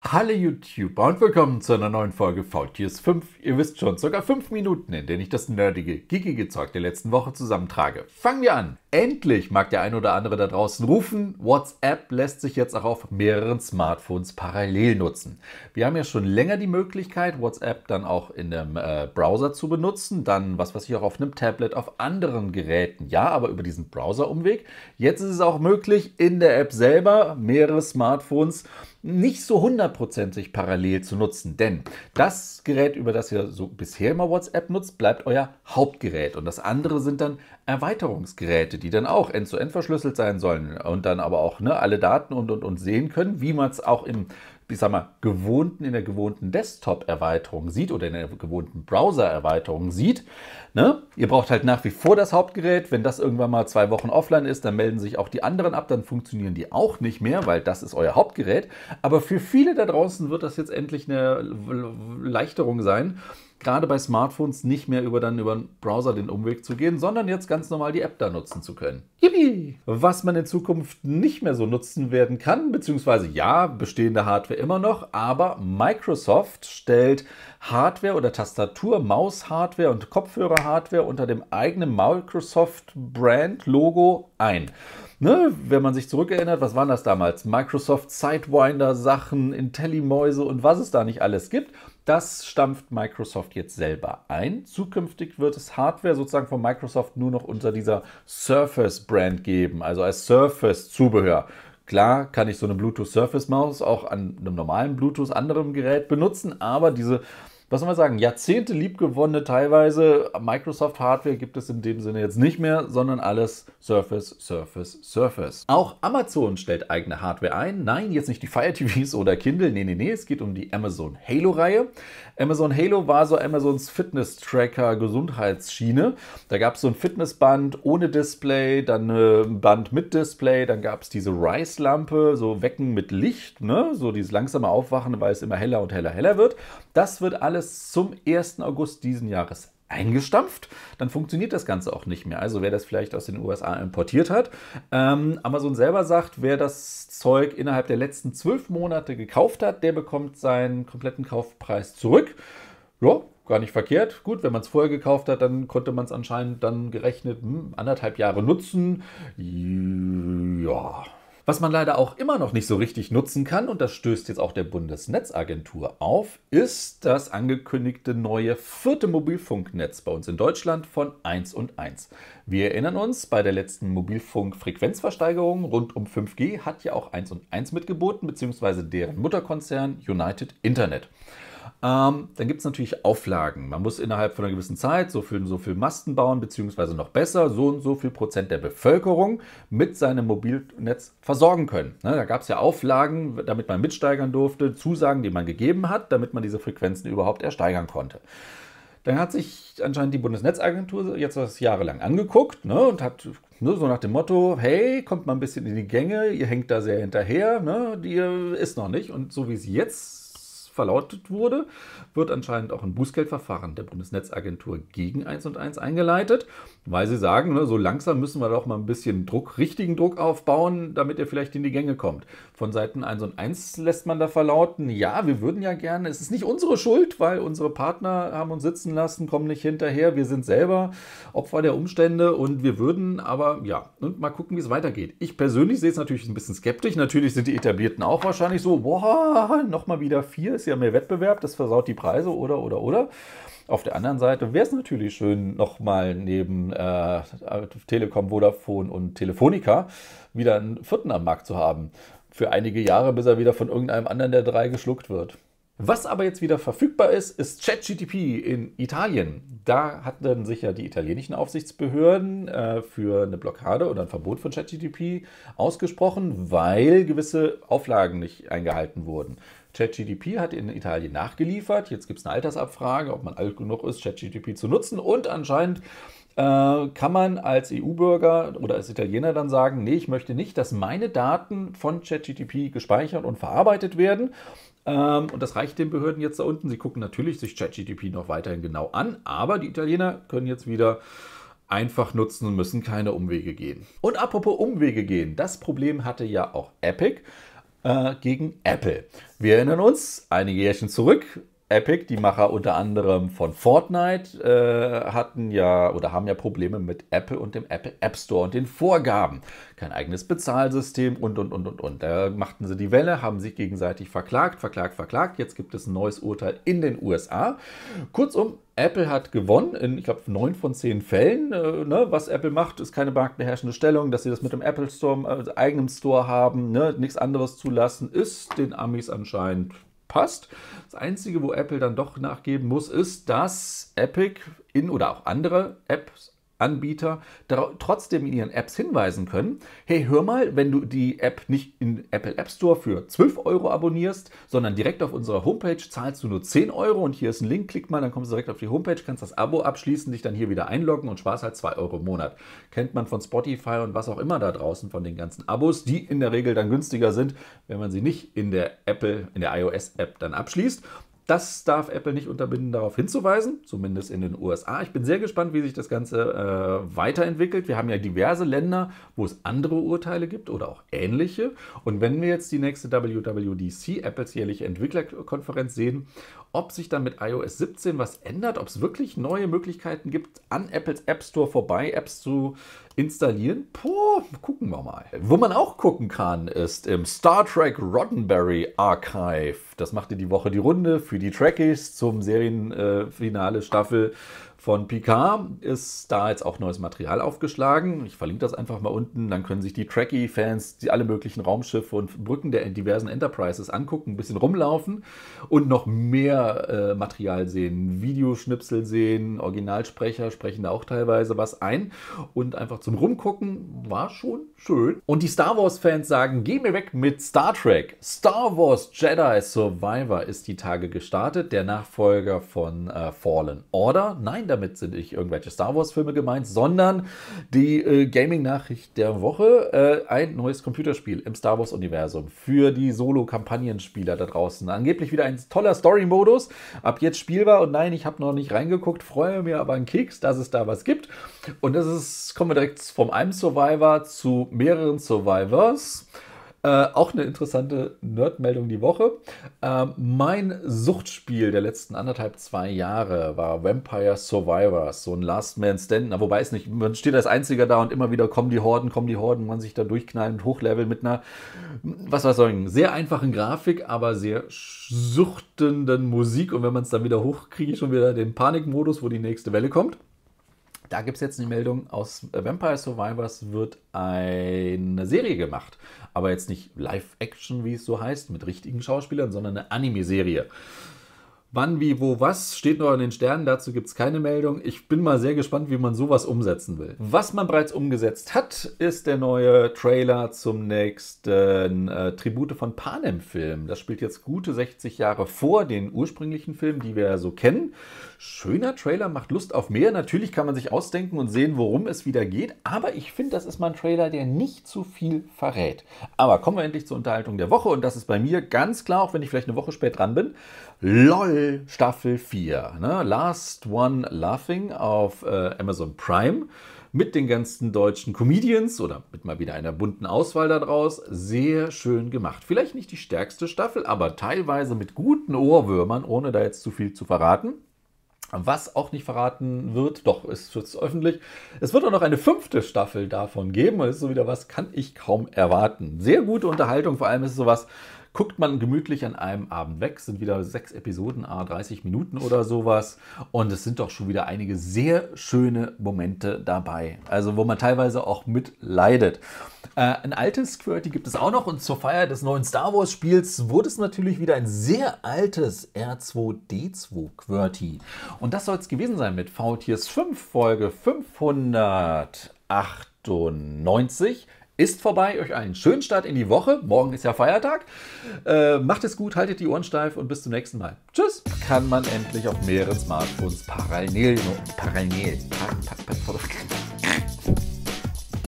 Hallo YouTuber und willkommen zu einer neuen Folge VTS 5. Ihr wisst schon, ca. 5 Minuten, in denen ich das nerdige, geekige Zeug der letzten Woche zusammentrage. Fangen wir an! Endlich mag der ein oder andere da draußen rufen, WhatsApp lässt sich jetzt auch auf mehreren Smartphones parallel nutzen. Wir haben ja schon länger die Möglichkeit, WhatsApp dann auch in dem Browser zu benutzen, dann was weiß ich auch auf einem Tablet, auf anderen Geräten. Ja, aber über diesen Browser-Umweg. Jetzt ist es auch möglich, in der App selber mehrere Smartphones nicht so hundertprozentig parallel zu nutzen, denn das Gerät, über das ihr so bisher immer WhatsApp nutzt, bleibt euer Hauptgerät und das andere sind dann Erweiterungsgeräte, die dann auch end-zu-end verschlüsselt sein sollen und dann aber auch alle Daten und sehen können, wie man es auch in der gewohnten Desktop-Erweiterung sieht oder in der gewohnten Browser-Erweiterung sieht. Ne? Ihr braucht halt nach wie vor das Hauptgerät. Wenn das irgendwann mal 2 Wochen offline ist, dann melden sich auch die anderen ab, dann funktionieren die auch nicht mehr, weil das ist euer Hauptgerät. Aber für viele da draußen wird das jetzt endlich eine Erleichterung sein, gerade bei Smartphones nicht mehr über den Browser den Umweg zu gehen, sondern jetzt ganz normal die App da nutzen zu können. Yippie! Was man in Zukunft nicht mehr so nutzen werden kann, beziehungsweise ja, bestehende Hardware immer noch, aber Microsoft stellt Hardware oder Tastatur, Maus-Hardware und Kopfhörer-Hardware unter dem eigenen Microsoft-Brand-Logo ein. Ne, wenn man sich zurückerinnert, was waren das damals? Microsoft Sidewinder-Sachen, IntelliMäuse und was es da nicht alles gibt. Das stampft Microsoft jetzt selber ein. Zukünftig wird es Hardware sozusagen von Microsoft nur noch unter dieser Surface-Brand geben, also als Surface-Zubehör. Klar kann ich so eine Bluetooth-Surface-Maus auch an einem normalen Bluetooth-anderen Gerät benutzen, aber diese, was soll man sagen, Jahrzehnte liebgewonnene teilweise Microsoft-Hardware gibt es in dem Sinne jetzt nicht mehr, sondern alles Surface, Surface, Surface. Auch Amazon stellt eigene Hardware ein. Nein, jetzt nicht die Fire TVs oder Kindle, nee, es geht um die Amazon Halo-Reihe. Amazon Halo war so Amazons Fitness-Tracker-Gesundheitsschiene. Da gab es so ein Fitnessband ohne Display, dann ein Band mit Display, dann gab es diese Rise-Lampe, so Wecken mit Licht, ne? So dieses langsame Aufwachen, weil es immer heller und heller wird. Das wird alles zum 1. August diesen Jahres eingestampft, dann funktioniert das Ganze auch nicht mehr. Also wer das vielleicht aus den USA importiert hat. Amazon selber sagt, wer das Zeug innerhalb der letzten 12 Monate gekauft hat, der bekommt seinen kompletten Kaufpreis zurück. Ja, gar nicht verkehrt. Gut, wenn man es vorher gekauft hat, dann konnte man es anscheinend dann gerechnet 1,5 Jahre nutzen. Ja. Was man leider auch immer noch nicht so richtig nutzen kann, und das stößt jetzt auch der Bundesnetzagentur auf, ist das angekündigte neue 4. Mobilfunknetz bei uns in Deutschland von 1&1. Wir erinnern uns, bei der letzten Mobilfunk-Frequenzversteigerung rund um 5G hat ja auch 1&1 mitgeboten, beziehungsweise deren Mutterkonzern United Internet. Dann gibt es natürlich Auflagen. Man muss innerhalb von einer gewissen Zeit so viel Masten bauen, beziehungsweise noch besser, so und so viel Prozent der Bevölkerung mit seinem Mobilnetz versorgen können. Da gab es ja Auflagen, damit man mitsteigern durfte, Zusagen, die man gegeben hat, damit man diese Frequenzen überhaupt ersteigern konnte. Dann hat sich anscheinend die Bundesnetzagentur jetzt das jahrelang angeguckt und hat so nach dem Motto, hey, kommt mal ein bisschen in die Gänge, ihr hängt da sehr hinterher, die ist noch nicht. Und so wie es jetzt verlautet wurde, wird anscheinend auch ein Bußgeldverfahren der Bundesnetzagentur gegen 1&1 eingeleitet, weil sie sagen, so langsam müssen wir doch mal ein bisschen richtigen Druck aufbauen, damit ihr vielleicht in die Gänge kommt. Von Seiten 1&1 lässt man da verlauten, ja, wir würden ja gerne, es ist nicht unsere Schuld, weil unsere Partner haben uns sitzen lassen, kommen nicht hinterher, wir sind selber Opfer der Umstände und wir würden aber, ja, und mal gucken, wie es weitergeht. Ich persönlich sehe es natürlich ein bisschen skeptisch, natürlich sind die Etablierten auch wahrscheinlich so, boah, nochmal wieder 4, ist ja mehr Wettbewerb, das versaut die Preise oder. Auf der anderen Seite wäre es natürlich schön, nochmal neben Telekom, Vodafone und Telefonica wieder einen 4. am Markt zu haben. Für einige Jahre, bis er wieder von irgendeinem anderen der 3 geschluckt wird. Was aber jetzt wieder verfügbar ist ChatGTP in Italien. Da hatten sich ja die italienischen Aufsichtsbehörden für eine Blockade oder ein Verbot von ChatGTP ausgesprochen, weil gewisse Auflagen nicht eingehalten wurden. ChatGTP hat in Italien nachgeliefert. Jetzt gibt es eine Altersabfrage, ob man alt genug ist, ChatGTP zu nutzen. Und anscheinend kann man als EU-Bürger oder als Italiener dann sagen, nee, ich möchte nicht, dass meine Daten von ChatGTP gespeichert und verarbeitet werden. Und das reicht den Behörden jetzt da unten. Sie gucken natürlich sich ChatGTP noch weiterhin genau an, aber die Italiener können jetzt wieder einfach nutzen und müssen keine Umwege gehen. Und apropos Umwege gehen, das Problem hatte ja auch Epic. gegen Apple. Wir erinnern uns, einige Jährchen zurück, Epic, die Macher unter anderem von Fortnite, haben ja Probleme mit Apple und dem Apple App Store und den Vorgaben. Kein eigenes Bezahlsystem und. Da machten sie die Welle, haben sich gegenseitig verklagt. Jetzt gibt es ein neues Urteil in den USA. Kurzum, Apple hat gewonnen in, ich glaube, 9 von 10 Fällen. Was Apple macht, ist keine marktbeherrschende Stellung, dass sie das mit dem Apple Store, eigenem Store haben, nichts anderes zulassen, ist den Amis anscheinend passt. Das Einzige, wo Apple dann doch nachgeben muss, ist, dass Epic oder auch andere App-Anbieter trotzdem in ihren Apps hinweisen können, hey, hör mal, wenn du die App nicht in Apple App Store für 12 € abonnierst, sondern direkt auf unserer Homepage zahlst du nur 10 € und hier ist ein Link, klick mal, dann kommst du direkt auf die Homepage, kannst das Abo abschließen, dich dann hier wieder einloggen und sparst halt 2 € im Monat. Kennt man von Spotify und was auch immer da draußen von den ganzen Abos, die in der Regel dann günstiger sind, wenn man sie nicht in der iOS-App dann abschließt. Das darf Apple nicht unterbinden, darauf hinzuweisen, zumindest in den USA. Ich bin sehr gespannt, wie sich das Ganze weiterentwickelt. Wir haben ja diverse Länder, wo es andere Urteile gibt oder auch ähnliche. Und wenn wir jetzt die nächste WWDC, Apples jährliche Entwicklerkonferenz, sehen, ob sich dann mit iOS 17 was ändert, ob es wirklich neue Möglichkeiten gibt, an Apples App Store vorbei Apps zu installieren. Gucken wir mal. Wo man auch gucken kann, ist im Star Trek Roddenberry Archive. Das machte die Woche die Runde für die Trekkies zum Serienfinale Staffel von Picard. Ist da jetzt auch neues Material aufgeschlagen. Ich verlinke das einfach mal unten. Dann können sich die Trekkie-Fans alle möglichen Raumschiffe und Brücken der diversen Enterprises angucken, ein bisschen rumlaufen und noch mehr Material sehen. Videoschnipsel sehen, Originalsprecher sprechen da auch teilweise was ein. Und einfach zum Rumgucken war schon schön. Und die Star Wars-Fans sagen, geh mir weg mit Star Trek. Star Wars Jedi Survivor ist die Tage gestartet. Der Nachfolger von Fallen Order. Nein, damit sind nicht irgendwelche Star Wars-Filme gemeint, sondern die Gaming-Nachricht der Woche. Ein neues Computerspiel im Star Wars-Universum für die Solo-Kampagnenspieler da draußen. Angeblich wieder ein toller Story-Modus, ab jetzt spielbar. Und nein, ich habe noch nicht reingeguckt, freue mir aber einen Keks, dass es da was gibt. Und kommen wir direkt vom einem Survivor zu mehreren Survivors. Auch eine interessante Nerd-Meldung die Woche. Mein Suchtspiel der letzten 2 Jahre war Vampire Survivors, so ein Last Man Stand. Wobei es nicht, man steht als Einziger da und immer wieder kommen die Horden, man sich da durchknallen und hochleveln mit einer, sehr einfachen Grafik, aber sehr suchtenden Musik. Und wenn man es dann wieder hoch, kriege ich schon wieder den Panikmodus, wo die nächste Welle kommt. Da gibt es jetzt eine Meldung, aus Vampire Survivors wird eine Serie gemacht. Aber jetzt nicht Live-Action, wie es so heißt, mit richtigen Schauspielern, sondern eine Anime-Serie. Wann, wie, wo, was, steht noch in den Sternen, dazu gibt es keine Meldung. Ich bin mal sehr gespannt, wie man sowas umsetzen will. Was man bereits umgesetzt hat, ist der neue Trailer zum nächsten Tribute von Panem-Film. Das spielt jetzt gute 60 Jahre vor den ursprünglichen Filmen, die wir ja so kennen. Schöner Trailer, macht Lust auf mehr. Natürlich kann man sich ausdenken und sehen, worum es wieder geht. Aber ich finde, das ist mal ein Trailer, der nicht zu viel verrät. Aber kommen wir endlich zur Unterhaltung der Woche. Und das ist bei mir ganz klar, auch wenn ich vielleicht eine Woche spät dran bin, LOL Staffel 4. Last One Laughing auf Amazon Prime. Mit den ganzen deutschen Comedians oder mit mal wieder einer bunten Auswahl daraus. Sehr schön gemacht. Vielleicht nicht die stärkste Staffel, aber teilweise mit guten Ohrwürmern, ohne da jetzt zu viel zu verraten. Was auch nicht verraten wird, doch, es wird öffentlich. Es wird auch noch eine 5. Staffel davon geben. Und das ist so wieder was, kann ich kaum erwarten. Sehr gute Unterhaltung, vor allem ist es sowas, guckt man gemütlich an einem Abend weg. Es sind wieder 6 Episoden, 30 Minuten oder sowas. Und es sind doch schon wieder einige sehr schöne Momente dabei. Also wo man teilweise auch mitleidet. Ein altes QWERTY gibt es auch noch. Und zur Feier des neuen Star Wars Spiels wurde es natürlich wieder ein sehr altes R2D2 QWERTY. Und das soll es gewesen sein mit VTS 5 Folge 598. Ist vorbei. Euch einen schönen Start in die Woche. Morgen ist ja Feiertag. Macht es gut, haltet die Ohren steif und bis zum nächsten Mal. Tschüss. Kann man endlich auf mehreren Smartphones parallel